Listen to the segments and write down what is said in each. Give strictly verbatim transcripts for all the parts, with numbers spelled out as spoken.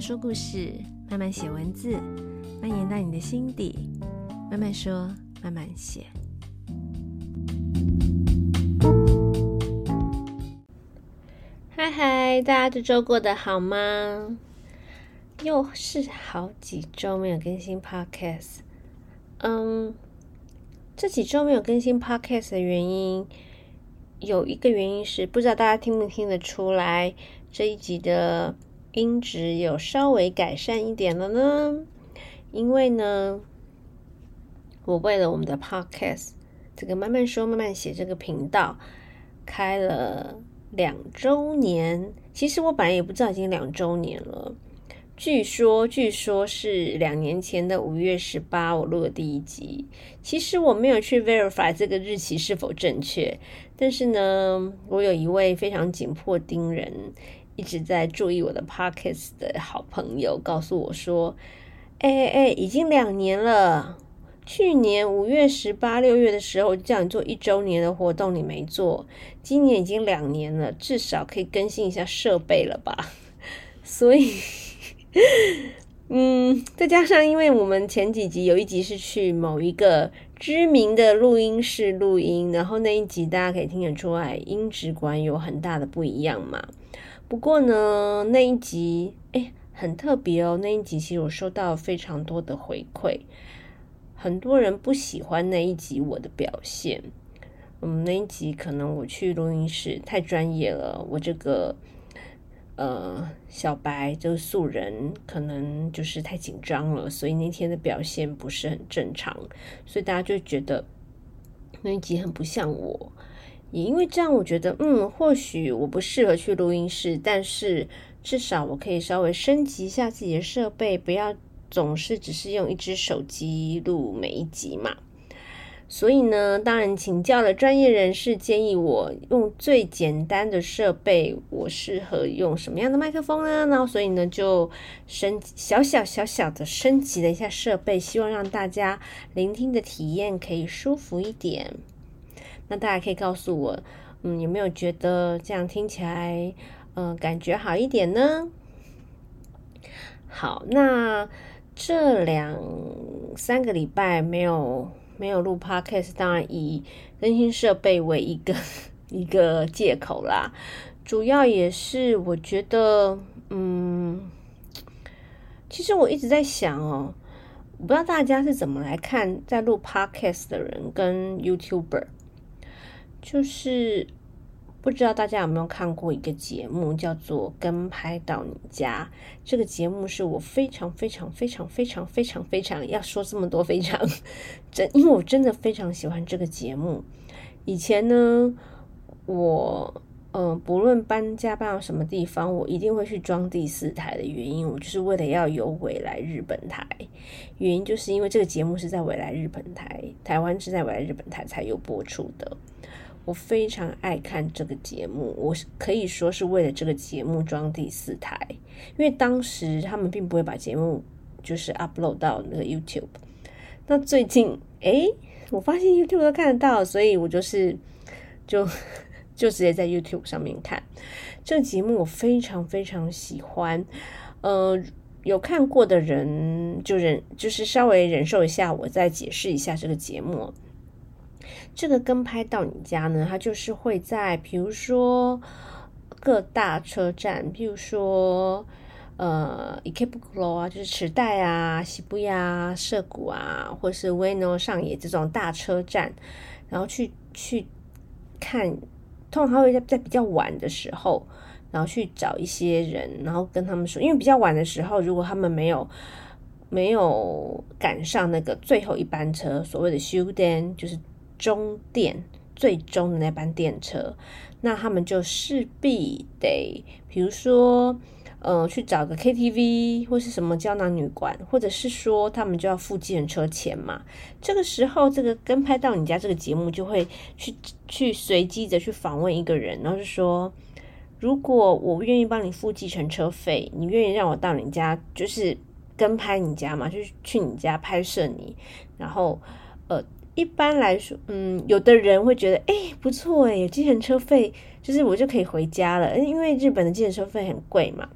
慢说故事，慢慢写文字，蔓延到你的心底，慢慢说，慢慢写。嗨嗨，大家这周过得好吗？又是好几周没有更新 podcast。嗯，这几周没有更新 podcast 的原因，有一个原因是不知道大家听不听得出来，这一集的音质有稍微改善一点了呢。因为呢，我为了我们的 podcast 这个慢慢说慢慢写这个频道开了两周年，其实我本来也不知道已经两周年了。据说据说是两年前的五月十八我录的第一集，其实我没有去 verify 这个日期是否正确，但是呢，我有一位非常紧迫盯人一直在注意我的 podcast 的好朋友告诉我说，哎哎哎，已经两年了，去年五月十八六月的时候叫你做一周年的活动你没做，今年已经两年了，至少可以更新一下设备了吧。所以嗯，再加上因为我们前几集有一集是去某一个知名的录音室录音，然后那一集大家可以听得出来音质果然有很大的不一样嘛。不过呢，那一集诶很特别哦，那一集其实我收到非常多的回馈，很多人不喜欢那一集我的表现。嗯，那一集可能我去录音室太专业了，我这个呃，小白这个素人可能就是太紧张了，所以那天的表现不是很正常，所以大家就觉得那一集很不像我。也因为这样，我觉得嗯，或许我不适合去录音室，但是至少我可以稍微升级一下自己的设备，不要总是只是用一只手机录每一集嘛。所以呢，当然请教了专业人士，建议我用最简单的设备，我适合用什么样的麦克风呢？然后所以呢，就升小小小小的升级了一下设备，希望让大家聆听的体验可以舒服一点。那大家可以告诉我，嗯，有没有觉得这样听起来，嗯、呃，感觉好一点呢？好，那这两三个礼拜没有。没有录 podcast， 当然以更新设备为一个一个借口啦。主要也是我觉得，嗯，其实我一直在想哦，我不知道大家是怎么来看在录 podcast 的人跟 YouTuber， 就是不知道大家有没有看过一个节目叫做跟拍到你家。这个节目是我非常非常非常非常非常非常要说这么多非常真，因为我真的非常喜欢这个节目。以前呢，我嗯、呃，不论搬家搬到什么地方，我一定会去装第四台的原因，我就是为了要有未来日本台。原因就是因为这个节目是在未来日本台，台湾是在未来日本台才有播出的。我非常爱看这个节目，我可以说是为了这个节目装第四台，因为当时他们并不会把节目就是 upload 到那个 YouTube。那最近诶我发现 YouTube 都看得到，所以我就是就就直接在 YouTube 上面看这个节目。我非常非常喜欢，呃，有看过的人就忍就是稍微忍受一下，我再解释一下这个节目。这个跟拍到你家呢，它就是会在比如说各大车站，譬如说呃 Ikebukuro 啊，就是池袋啊、西布亚、涩谷啊，或是 Ueno 上野这种大车站，然后去去看，通常会在在比较晚的时候，然后去找一些人，然后跟他们说，因为比较晚的时候，如果他们没有没有赶上那个最后一班车，所谓的終電，就是终电最终的那班电车，那他们就势必得比如说呃，去找个 K T V 或是什么胶囊女馆，或者是说他们就要付计程车钱嘛。这个时候这个跟拍到你家这个节目就会去去随机的去访问一个人，然后就说，如果我愿意帮你付计程车费，你愿意让我到你家，就是跟拍你家嘛，就是去你家拍摄你，然后呃一般来说，嗯，有的人会觉得，哎、欸，不错哎，有计程车费，就是我就可以回家了。因为日本的计程车费很贵嘛，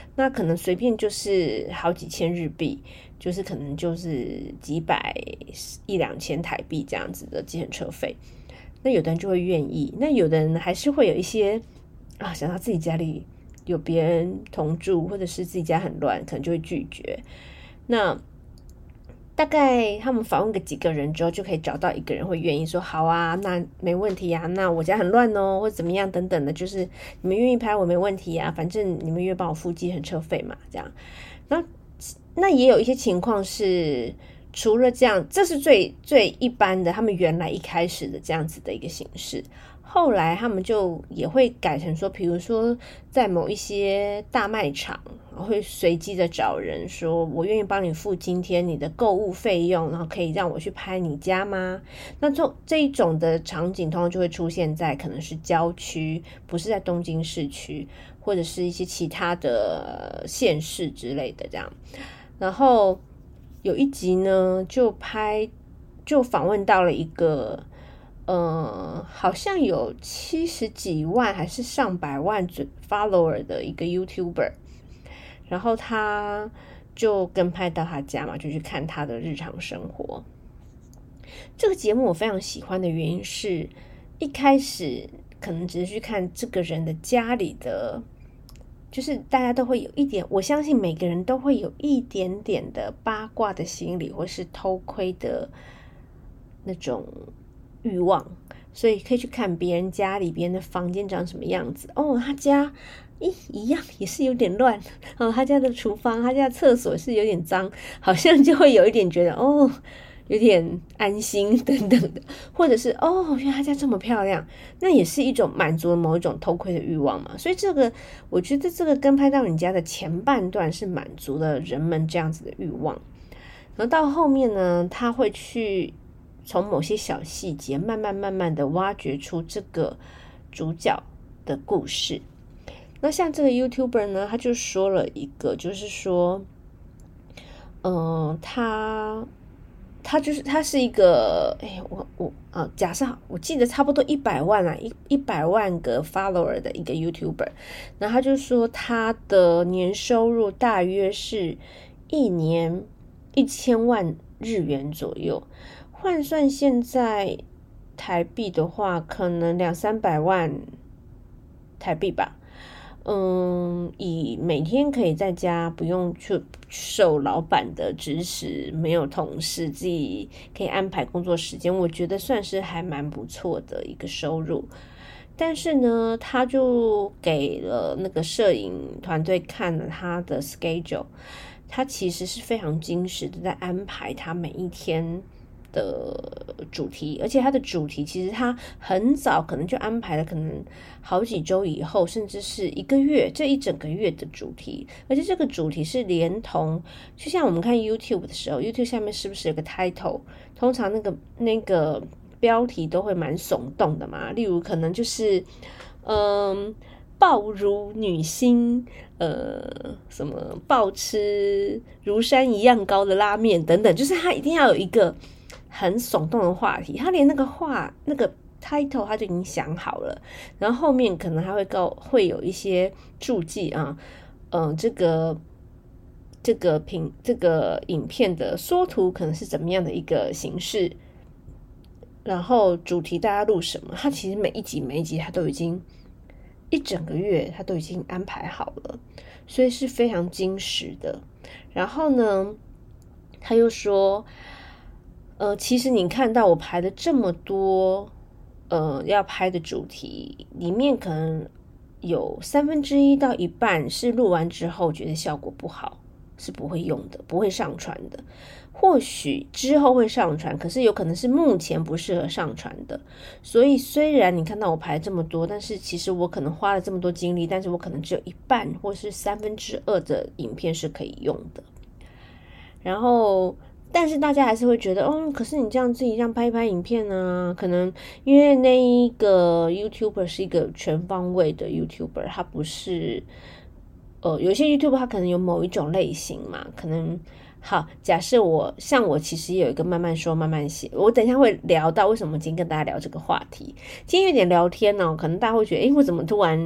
那可能随便就是好几千日币，就是可能就是几百一两千台币这样子的计程车费。那有的人就会愿意，那有的人还是会有一些啊，想到自己家里有别人同住，或者是自己家很乱，可能就会拒绝。那大概他们访问个几个人之后，就可以找到一个人会愿意说好啊，那没问题啊，那我家很乱哦，或者怎么样等等的，就是你们愿意拍我没问题啊，反正你们愿意帮我付计程车费嘛，这样。那那也有一些情况是除了这样，这是最最一般的，他们原来一开始的这样子的一个形式。后来他们就也会改成说，比如说在某一些大卖场会随机的找人说，我愿意帮你付今天你的购物费用，然后可以让我去拍你家吗？那这这一种的场景通常就会出现在可能是郊区，不是在东京市区，或者是一些其他的县市之类的这样。然后有一集呢，就拍就访问到了一个呃，好像有七十几万还是上百万 follower 的一个 YouTuber， 然后他就跟拍到他家嘛，就去看他的日常生活。这个节目我非常喜欢的原因是，一开始可能只是去看这个人的家里的，就是大家都会有一点，我相信每个人都会有一点点的八卦的心理，或是偷窥的那种欲望，所以可以去看别人家里边的房间长什么样子哦。他家一一样也是有点乱哦，他家的厨房、他家的厕所是有点脏，好像就会有一点觉得哦，有点安心等等的，或者是哦，原来他家这么漂亮，那也是一种满足某一种偷窥的欲望嘛。所以这个我觉得这个跟拍到你家的前半段是满足了人们这样子的欲望，然后到后面呢，他会去从某些小细节慢慢慢慢的挖掘出这个主角的故事。那像这个 YouTuber 呢，他就说了一个，就是说嗯、呃，他他就是他是一个哎，我我啊，假设我记得差不多一百万啊，一一百万个 follower 的一个 YouTuber， 那他就说他的年收入大约是一年一千万日元左右，换算现在台币的话，可能两三百万台币吧。嗯，以每天可以在家不用去受老板的指使，没有同事，自己可以安排工作时间，我觉得算是还蛮不错的一个收入。但是呢，他就给了那个摄影团队看了他的 schedule， 他其实是非常精实的在安排他每一天的主题，而且它的主题其实它很早可能就安排了，可能好几周以后，甚至是一个月，这一整个月的主题，而且这个主题是连同，就像我们看 YouTube 的时候 ，YouTube 下面是不是有个 title？ 通常那个那个标题都会蛮耸动的嘛，例如可能就是嗯。爆如女星，呃，什么爆吃如山一样高的拉面等等，就是它一定要有一个很耸动的话题，他连那个话那个 title 他就已经想好了，然后后面可能还会告会有一些注记啊，嗯、呃，这个这个评这个影片的缩图可能是怎么样的一个形式，然后主题大家录什么，他其实每一集每一集他都已经一整个月他都已经安排好了，所以是非常精实的。然后呢，他又说呃，其实你看到我排了这么多呃要拍的主题，里面可能有三分之一到一半是录完之后觉得效果不好，是不会用的，不会上传的。或许之后会上传，可是有可能是目前不适合上传的。所以虽然你看到我排这么多，但是其实我可能花了这么多精力，但是我可能只有一半或是三分之二的影片是可以用的。然后但是大家还是会觉得，哦，可是你这样自己这样拍一拍影片呢、啊？可能因为那一个 YouTuber 是一个全方位的 YouTuber， 他不是，呃，有些 YouTuber 他可能有某一种类型嘛，可能好，假设我像我其实有一个慢慢说慢慢写，我等一下会聊到为什么今天跟大家聊这个话题。今天有点聊天哦，可能大家会觉得，诶，我怎么突然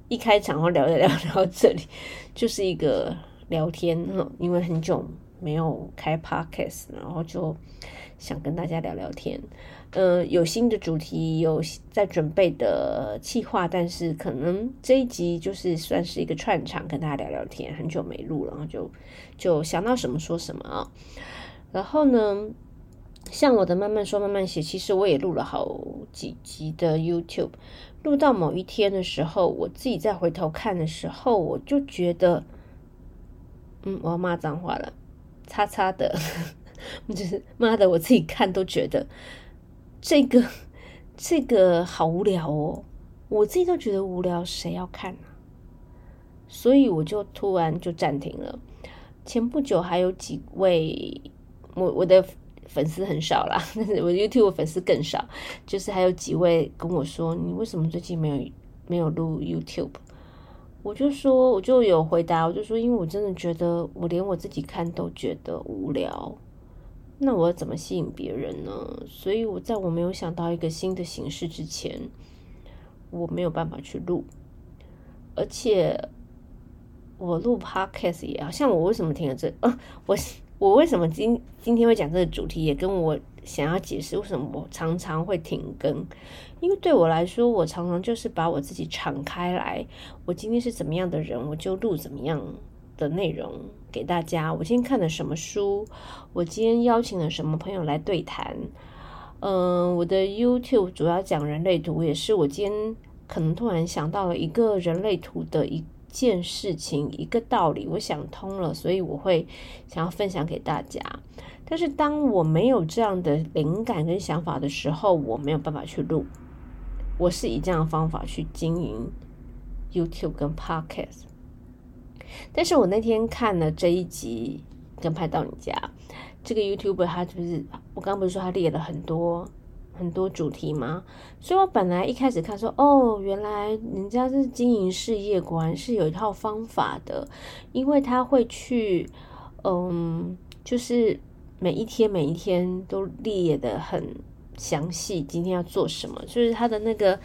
一开场后聊聊聊聊这里，就是一个聊天，因为很久没有开 podcast， 然后就想跟大家聊聊天。呃，有新的主题，有在准备的企划，但是可能这一集就是算是一个串场，跟大家聊聊天。很久没录了，然后就就想到什么说什么啊。然后呢，像我的慢慢说慢慢写，其实我也录了好几集的 YouTube。录到某一天的时候，我自己再回头看的时候，我就觉得，嗯，我要骂脏话了，叉叉的，就是妈的，我自己看都觉得。这个这个好无聊哦，我自己都觉得无聊，谁要看啊？所以我就突然就暂停了。前不久还有几位，我我的粉丝很少啦，但是我的 YouTube 粉丝更少，就是还有几位跟我说，你为什么最近没有没有录 YouTube？ 我就说，我就有回答，我就说，因为我真的觉得我连我自己看都觉得无聊。那我要怎么吸引别人呢？所以我在我没有想到一个新的形式之前，我没有办法去录。而且我录 podcast 也好像我为什么听了这啊，我我为什么今今天会讲这个主题，也跟我想要解释为什么我常常会停更。因为对我来说，我常常就是把我自己敞开来，我今天是怎么样的人，我就录怎么样的内容给大家。我今天看了什么书，我今天邀请了什么朋友来对谈。嗯、呃，我的 YouTube 主要讲人类图，也是我今天可能突然想到了一个人类图的一件事情，一个道理，我想通了，所以我会想要分享给大家。但是当我没有这样的灵感跟想法的时候，我没有办法去录。我是以这样的方法去经营 YouTube 跟 Podcast。但是我那天看了这一集跟拍到你家这个 YouTuber， 他就是我刚刚不是说他列了很多很多主题吗？所以我本来一开始看说，哦，原来人家是经营事业，果然是有一套方法的，因为他会去，嗯，就是每一天每一天都列得很详细，今天要做什么，就是他的那个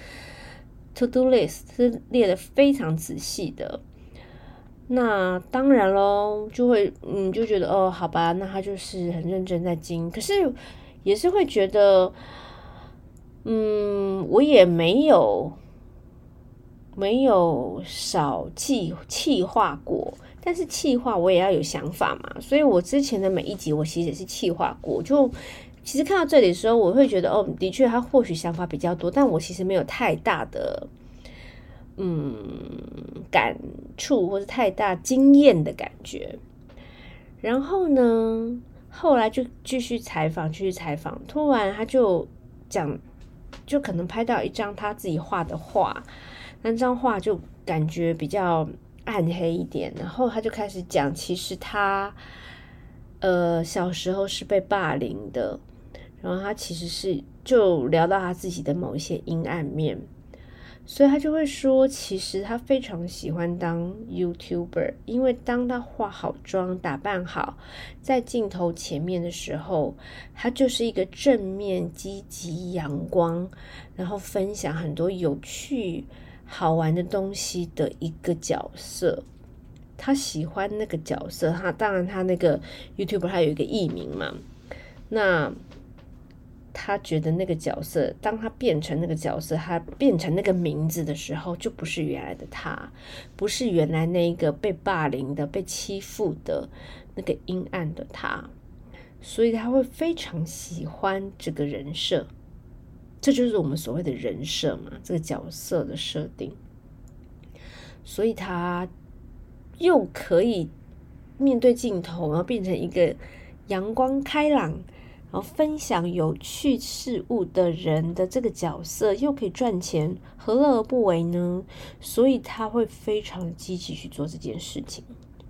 to do list 是列得非常仔细的。那当然咯，就会嗯就觉得哦，好吧，那他就是很认真在经营，可是也是会觉得，嗯，我也没有没有少气气化过，但是气化我也要有想法嘛，所以我之前的每一集我其实也是气化过，就其实看到这里的时候，我会觉得哦，的确他或许想法比较多，但我其实没有太大的。嗯，感触或是太大经验的感觉。然后呢，后来就继续采访，继续采访。突然他就讲，就可能拍到一张他自己画的画，那张画就感觉比较暗黑一点。然后他就开始讲，其实他呃小时候是被霸凌的，然后他其实是就聊到他自己的某一些阴暗面。所以他就会说，其实他非常喜欢当 YouTuber， 因为当他化好妆、打扮好，在镜头前面的时候，他就是一个正面、积极、阳光，然后分享很多有趣、好玩的东西的一个角色。他喜欢那个角色，他当然他那个 YouTuber 他有一个艺名嘛，那。他觉得那个角色，当他变成那个角色，他变成那个名字的时候，就不是原来的他，不是原来那个被霸凌的、被欺负的那个阴暗的他，所以他会非常喜欢这个人设，这就是我们所谓的人设嘛，这个角色的设定，所以他又可以面对镜头，然后变成一个阳光开朗。然后分享有趣事物的人的这个角色又可以赚钱，何乐而不为呢？所以他会非常积极去做这件事情。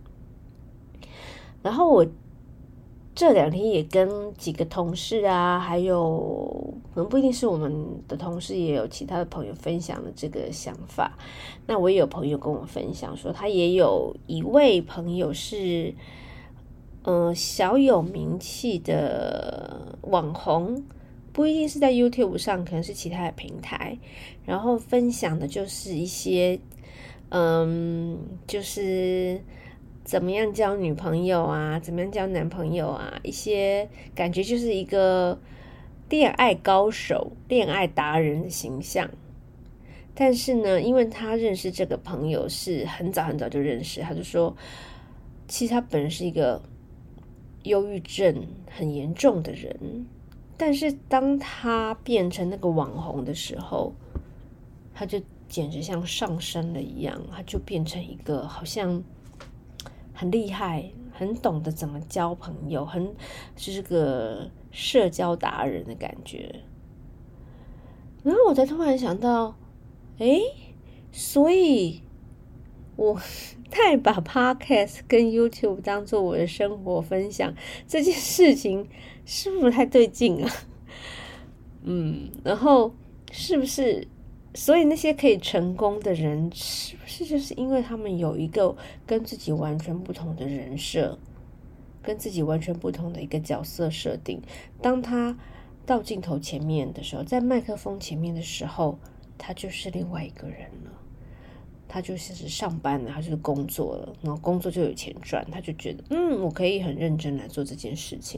然后我这两天也跟几个同事啊，还有可能不一定是我们的同事，也有其他的朋友分享了这个想法。那我也有朋友跟我分享说，他也有一位朋友是。呃，小有名气的网红，不一定是在 YouTube 上，可能是其他的平台，然后分享的就是一些嗯，就是怎么样交女朋友啊，怎么样交男朋友啊，一些感觉就是一个恋爱高手、恋爱达人的形象。但是呢，因为他认识这个朋友是很早很早就认识，他就说，其实他本人是一个忧郁症很严重的人，但是当他变成那个网红的时候，他就简直像上升了一样，他就变成一个好像很厉害、很懂得怎么交朋友，很就是个社交达人的感觉。然后我才突然想到，诶，所以我太把 Podcast 跟 YouTube 当做我的生活分享这件事情，是不是不太对劲啊？嗯，然后是不是？所以那些可以成功的人，是不是就是因为他们有一个跟自己完全不同的人设，跟自己完全不同的一个角色设定？当他到镜头前面的时候，在麦克风前面的时候，他就是另外一个人了。他就是上班了，他就是工作了，然后工作就有钱赚，他就觉得，嗯，我可以很认真来做这件事情。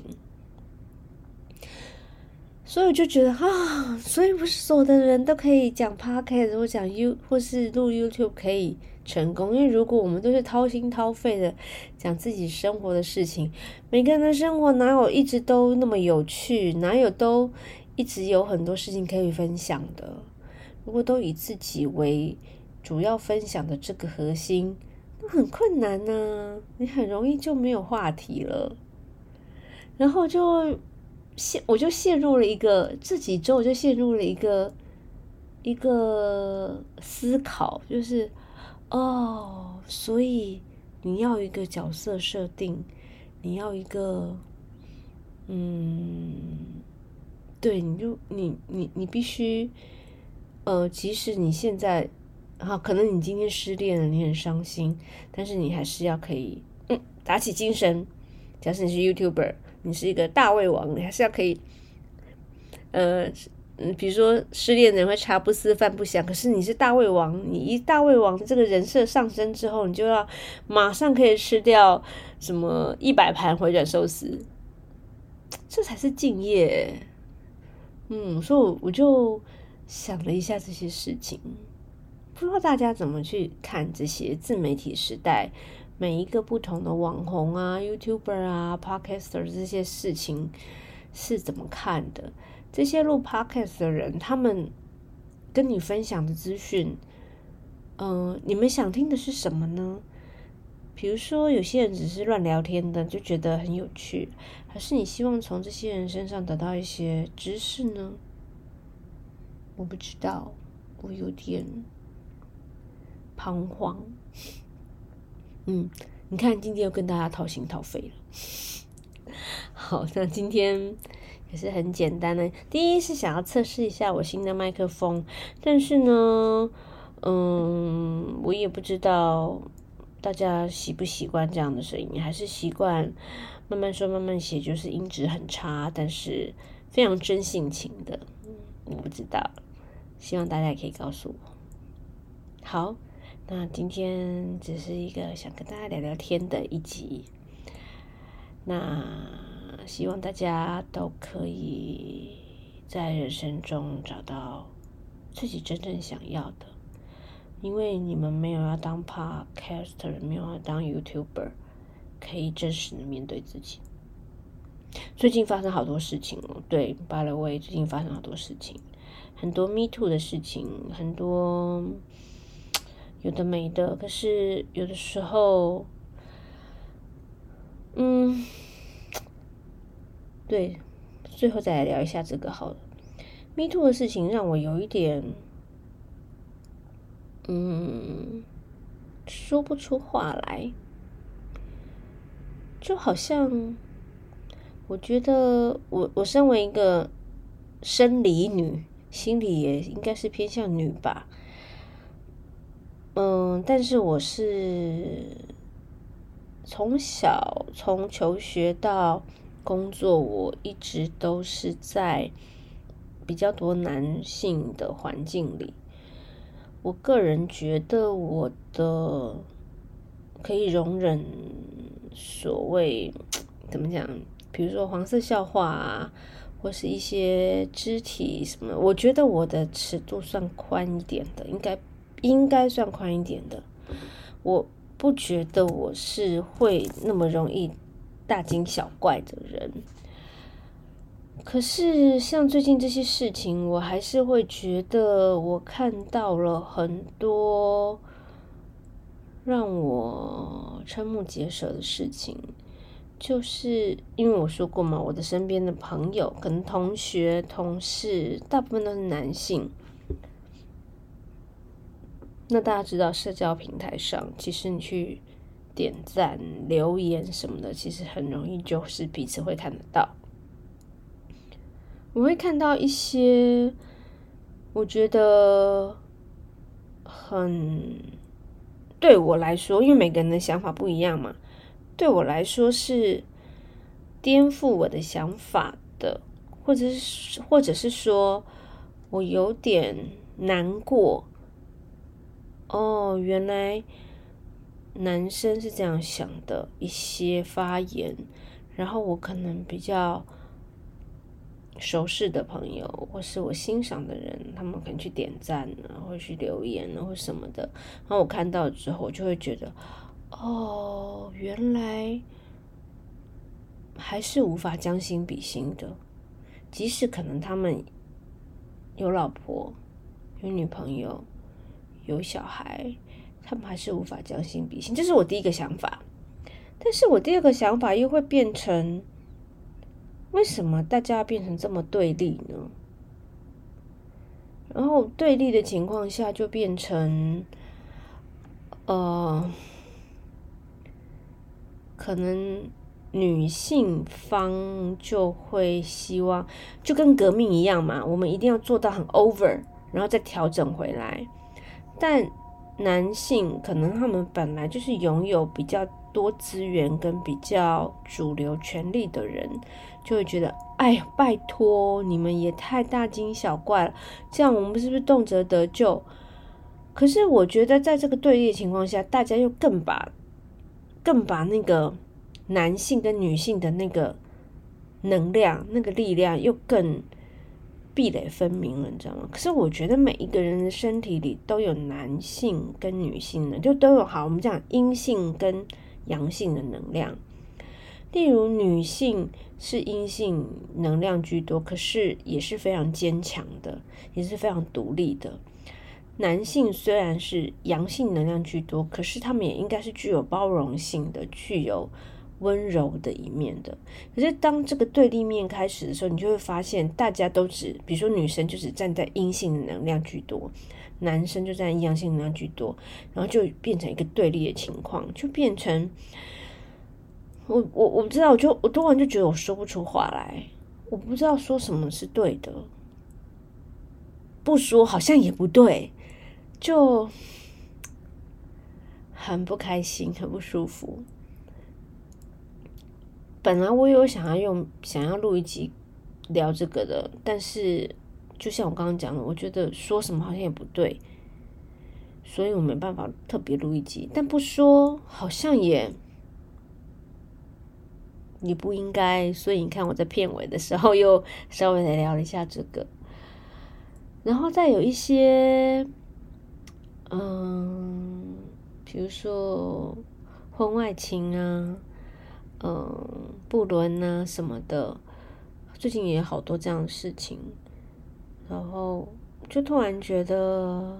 所以我就觉得啊，所以不是所有的人都可以讲 podcast 或讲 U 或是录 YouTube 可以成功。因为如果我们都是掏心掏肺的讲自己生活的事情，每个人的生活哪有一直都那么有趣，哪有都一直有很多事情可以分享的？如果都以自己为主要分享的这个核心，那很困难啊，你很容易就没有话题了，然后就陷我就陷入了一个这几周我就陷入了一个一个思考，就是哦，所以你要一个角色设定，你要一个嗯，对，你就你你你必须呃，即使你现在好，可能你今天失恋了，你很伤心，但是你还是要可以嗯打起精神。假设你是 YouTuber， 你是一个大胃王，你还是要可以呃嗯，比如说失恋的人会茶不思饭不想，可是你是大胃王，你一大胃王这个人设上升之后，你就要马上可以吃掉什么一百盘回转寿司，这才是敬业。嗯，所以我我就想了一下这些事情，不知道大家怎么去看这些自媒体时代每一个不同的网红啊、YouTuber 啊、Podcaster 这些事情是怎么看的？这些录 Podcast 的人，他们跟你分享的资讯，嗯、呃，你们想听的是什么呢？比如说，有些人只是乱聊天的，就觉得很有趣，还是你希望从这些人身上得到一些知识呢？我不知道，我有点彷徨。嗯，你看，今天又跟大家掏心掏肺了。好，那今天也是很简单的。第一是想要测试一下我新的麦克风，但是呢，嗯，我也不知道大家习不习惯这样的声音，还是习惯慢慢说慢慢写，就是音质很差，但是非常真性情的。嗯，我不知道，希望大家也可以告诉我。好，那今天只是一个想跟大家聊聊天的一集。那希望大家都可以在人生中找到自己真正想要的，因为你们没有要当 podcaster， 没有要当 YouTuber， 可以真实的面对自己。最近发生好多事情哦，对 by the way， 最近发生好多事情，很多 me too 的事情，很多有的没的，可是有的时候嗯，对，最后再来聊一下这个好了。Me too 的事情让我有一点，嗯，说不出话来，就好像我觉得我我身为一个生理女，心理也应该是偏向女吧，嗯，但是我是从小从求学到工作，我一直都是在比较多男性的环境里。 我个人觉得我的可以容忍所谓怎么讲，比如说黄色笑话啊，或是一些肢体什么，我觉得我的尺度算宽一点的，应该应该算宽一点的。我不觉得我是会那么容易大惊小怪的人。可是像最近这些事情，我还是会觉得我看到了很多让我瞠目结舌的事情。就是因为我说过嘛，我的身边的朋友，可能同学、同事，大部分都是男性。那大家知道，社交平台上，其实你去点赞、留言什么的，其实很容易就是彼此会看得到。我会看到一些，我觉得很对我来说，因为每个人的想法不一样嘛，对我来说是颠覆我的想法的，或者是或者是说我有点难过。哦，原来男生是这样想的一些发言，然后我可能比较熟识的朋友，或是我欣赏的人，他们可能去点赞啊，或去留言啊，或什么的，然后我看到之后，我就会觉得，哦，原来还是无法将心比心的，即使可能他们有老婆、有女朋友、有小孩，他们还是无法将心比心，这是我第一个想法。但是我第二个想法又会变成，为什么大家变成这么对立呢？然后对立的情况下，就变成，呃，可能女性方就会希望，就跟革命一样嘛，我们一定要做到很 over， 然后再调整回来。但男性可能他们本来就是拥有比较多资源跟比较主流权力的人，就会觉得，哎呀，拜托，你们也太大惊小怪了，这样我们是不是动辄得咎？可是我觉得在这个对立的情况下，大家又更把更把那个男性跟女性的那个能量、那个力量又更壁垒分明了，你知道吗？可是我觉得每一个人的身体里都有男性跟女性的，就都有好，我们讲阴性跟阳性的能量。例如女性是阴性能量居多，可是也是非常坚强的，也是非常独立的。男性虽然是阳性能量居多，可是他们也应该是具有包容性的，具有温柔的一面的。可是当这个对立面开始的时候，你就会发现大家都只，比如说女生就只站在阴性的能量居多，男生就站在阳性能量居多，然后就变成一个对立的情况，就变成我我我不知道，我就我突然就觉得我说不出话来，我不知道说什么是对的，不说好像也不对，就很不开心，很不舒服。本来我有想要用想要录一集聊这个的，但是就像我刚刚讲的，我觉得说什么好像也不对，所以我没办法特别录一集。但不说好像也也不应该，所以你看我在片尾的时候又稍微来聊了一下这个，然后再有一些，嗯，比如说婚外情啊。嗯，不伦啊什么的，最近也有好多这样的事情，然后就突然觉得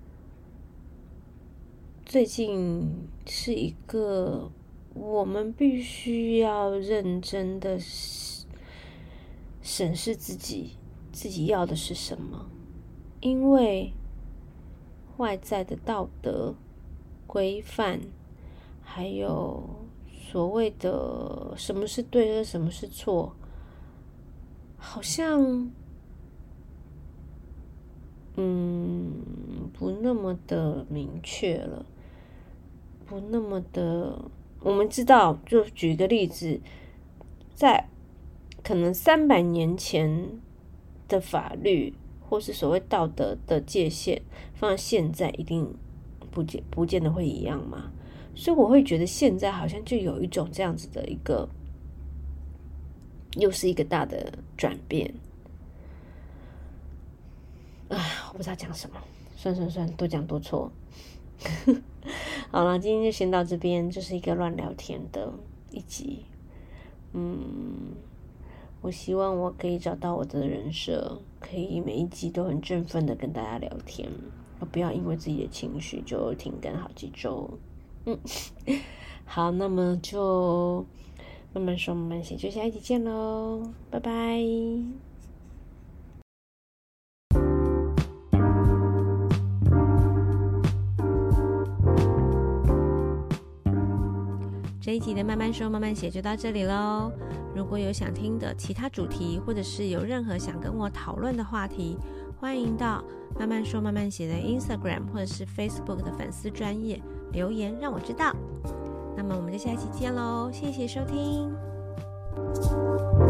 最近是一个我们必须要认真的审视自己，自己要的是什么，因为外在的道德规范还有所谓的什么是对和什么是错，好像嗯不那么的明确了，不那么的，我们知道，就举个例子，在可能三百年前的法律或是所谓道德的界限放在现在一定不见不见得会一样嘛，所以我会觉得现在好像就有一种这样子的一个，又是一个大的转变。啊，我不知道讲什么，算算算，多讲多错。好了，今天就先到这边，这是一个乱聊天的一集。嗯，我希望我可以找到我的人设，可以每一集都很振奋的跟大家聊天，而不要因为自己的情绪就停更好几周。嗯，好，那么就慢慢说慢慢写，就下一集见咯，拜拜。这一集的慢慢说慢慢写就到这里咯。如果有想听的其他主题，或者是有任何想跟我讨论的话题，欢迎到慢慢说慢慢写的 Instagram 或者是 Facebook 的粉丝专页留言让我知道。那么我们就下期见咯，谢谢收听。